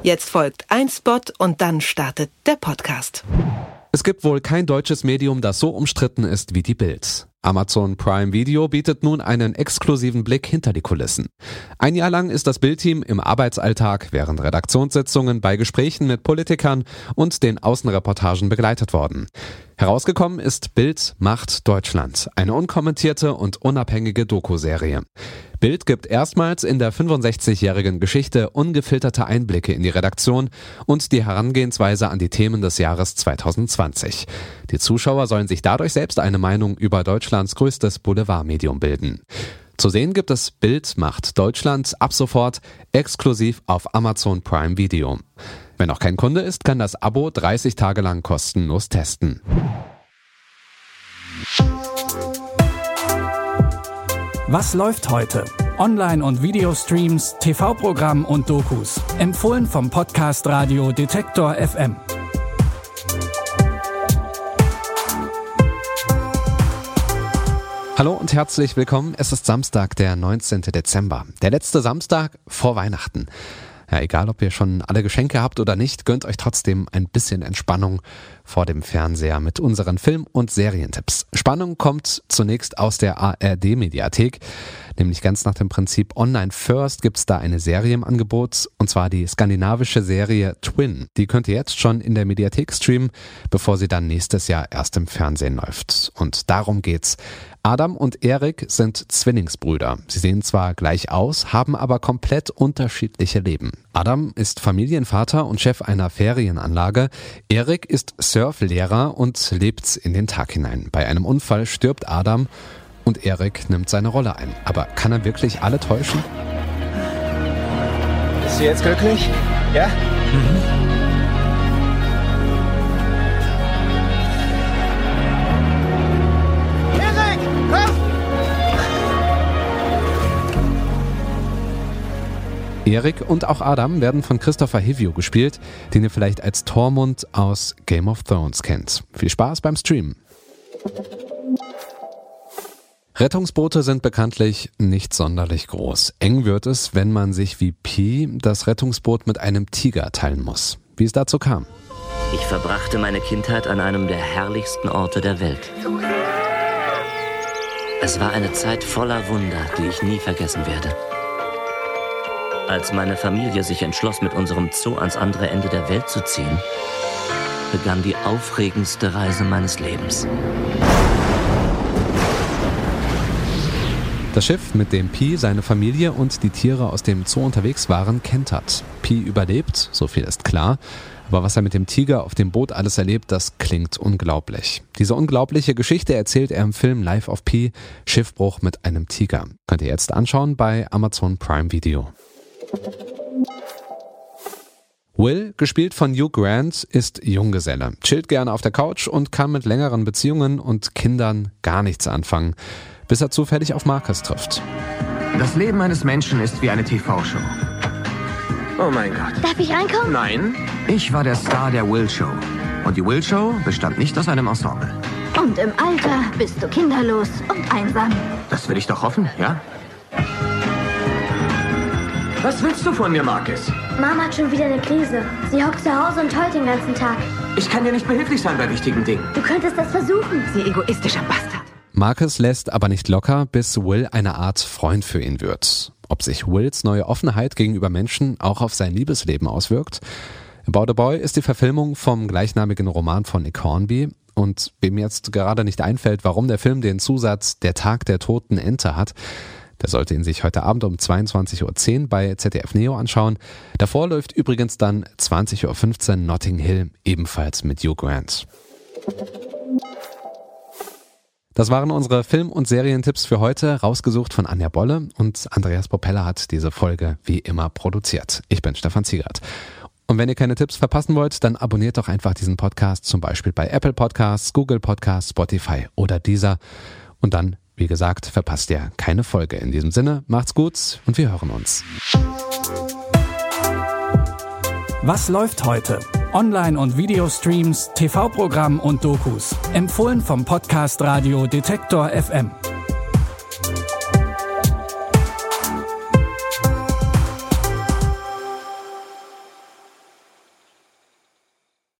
Jetzt folgt ein Spot und dann startet der Podcast. Es gibt wohl kein deutsches Medium, das so umstritten ist wie die Bild. Amazon Prime Video bietet nun einen exklusiven Blick hinter die Kulissen. Ein Jahr lang ist das Bild-Team im Arbeitsalltag, während Redaktionssitzungen, bei Gesprächen mit Politikern und den Außenreportagen begleitet worden. Herausgekommen ist Bild macht Deutschland, eine unkommentierte und unabhängige Doku-Serie. Bild gibt erstmals in der 65-jährigen Geschichte ungefilterte Einblicke in die Redaktion und die Herangehensweise an die Themen des Jahres 2020. Die Zuschauer sollen sich dadurch selbst eine Meinung über Deutschlands größtes Boulevardmedium bilden. Zu sehen gibt es Bild macht Deutschland ab sofort exklusiv auf Amazon Prime Video. Wer noch kein Kunde ist, kann das Abo 30 Tage lang kostenlos testen. Was läuft heute? Online- und Videostreams, TV-Programm und Dokus. Empfohlen vom Podcast Radio Detektor FM. Hallo und herzlich willkommen. Es ist Samstag, der 19. Dezember. Der letzte Samstag vor Weihnachten. Ja, egal ob ihr schon alle Geschenke habt oder nicht, gönnt euch trotzdem ein bisschen Entspannung vor dem Fernseher mit unseren Film- und Serientipps. Spannung kommt zunächst aus der ARD-Mediathek, nämlich ganz nach dem Prinzip Online First gibt's da eine Serie im Angebot, und zwar die skandinavische Serie Twin. Die könnt ihr jetzt schon in der Mediathek streamen, bevor sie dann nächstes Jahr erst im Fernsehen läuft. Und darum geht's. Adam und Erik sind Zwillingsbrüder. Sie sehen zwar gleich aus, haben aber komplett unterschiedliche Leben. Adam ist Familienvater und Chef einer Ferienanlage. Erik ist Surflehrer und lebt in den Tag hinein. Bei einem Unfall stirbt Adam und Erik nimmt seine Rolle ein. Aber kann er wirklich alle täuschen? Bist du jetzt glücklich? Ja? Erik und auch Adam werden von Christopher Hivju gespielt, den ihr vielleicht als Tormund aus Game of Thrones kennt. Viel Spaß beim Streamen. Rettungsboote sind bekanntlich nicht sonderlich groß. Eng wird es, wenn man sich wie Pi das Rettungsboot mit einem Tiger teilen muss. Wie es dazu kam. Ich verbrachte meine Kindheit an einem der herrlichsten Orte der Welt. Es war eine Zeit voller Wunder, die ich nie vergessen werde. Als meine Familie sich entschloss, mit unserem Zoo ans andere Ende der Welt zu ziehen, begann die aufregendste Reise meines Lebens. Das Schiff, mit dem Pi, seine Familie und die Tiere aus dem Zoo unterwegs waren, kentert. Pi überlebt, so viel ist klar. Aber was er mit dem Tiger auf dem Boot alles erlebt, das klingt unglaublich. Diese unglaubliche Geschichte erzählt er im Film Life of Pi, Schiffbruch mit einem Tiger. Könnt ihr jetzt anschauen bei Amazon Prime Video. Will, gespielt von Hugh Grant, ist Junggeselle, chillt gerne auf der Couch und kann mit längeren Beziehungen und Kindern gar nichts anfangen, bis er zufällig auf Marcus trifft. Das Leben eines Menschen ist wie eine TV-Show. Oh mein Gott. Darf ich reinkommen? Nein, ich war der Star der Will Show. Und die Will Show bestand nicht aus einem Ensemble. Und im Alter bist du kinderlos und einsam. Das will ich doch hoffen, ja? Was willst du von mir, Marcus? Mama hat schon wieder eine Krise. Sie hockt zu Hause und heult den ganzen Tag. Ich kann dir nicht behilflich sein bei wichtigen Dingen. Du könntest das versuchen. Sie egoistischer Bastard. Marcus lässt aber nicht locker, bis Will eine Art Freund für ihn wird. Ob sich Wills neue Offenheit gegenüber Menschen auch auf sein Liebesleben auswirkt? About a Boy ist die Verfilmung vom gleichnamigen Roman von Nick Hornby. Und wem jetzt gerade nicht einfällt, warum der Film den Zusatz Der Tag der toten Ente hat, der sollte ihn sich heute Abend um 22.10 Uhr bei ZDF Neo anschauen. Davor läuft übrigens dann 20.15 Uhr Notting Hill, ebenfalls mit Hugh Grant. Das waren unsere Film- und Serientipps für heute, rausgesucht von Anja Bolle, und Andreas Propeller hat diese Folge wie immer produziert. Ich bin Stefan Ziegert. Und wenn ihr keine Tipps verpassen wollt, dann abonniert doch einfach diesen Podcast, zum Beispiel bei Apple Podcasts, Google Podcasts, Spotify oder Deezer. Und dann, wie gesagt, verpasst ihr keine Folge. In diesem Sinne, macht's gut und wir hören uns. Was läuft heute? Online- und Videostreams, TV-Programm und Dokus. Empfohlen vom Podcast Radio Detektor FM.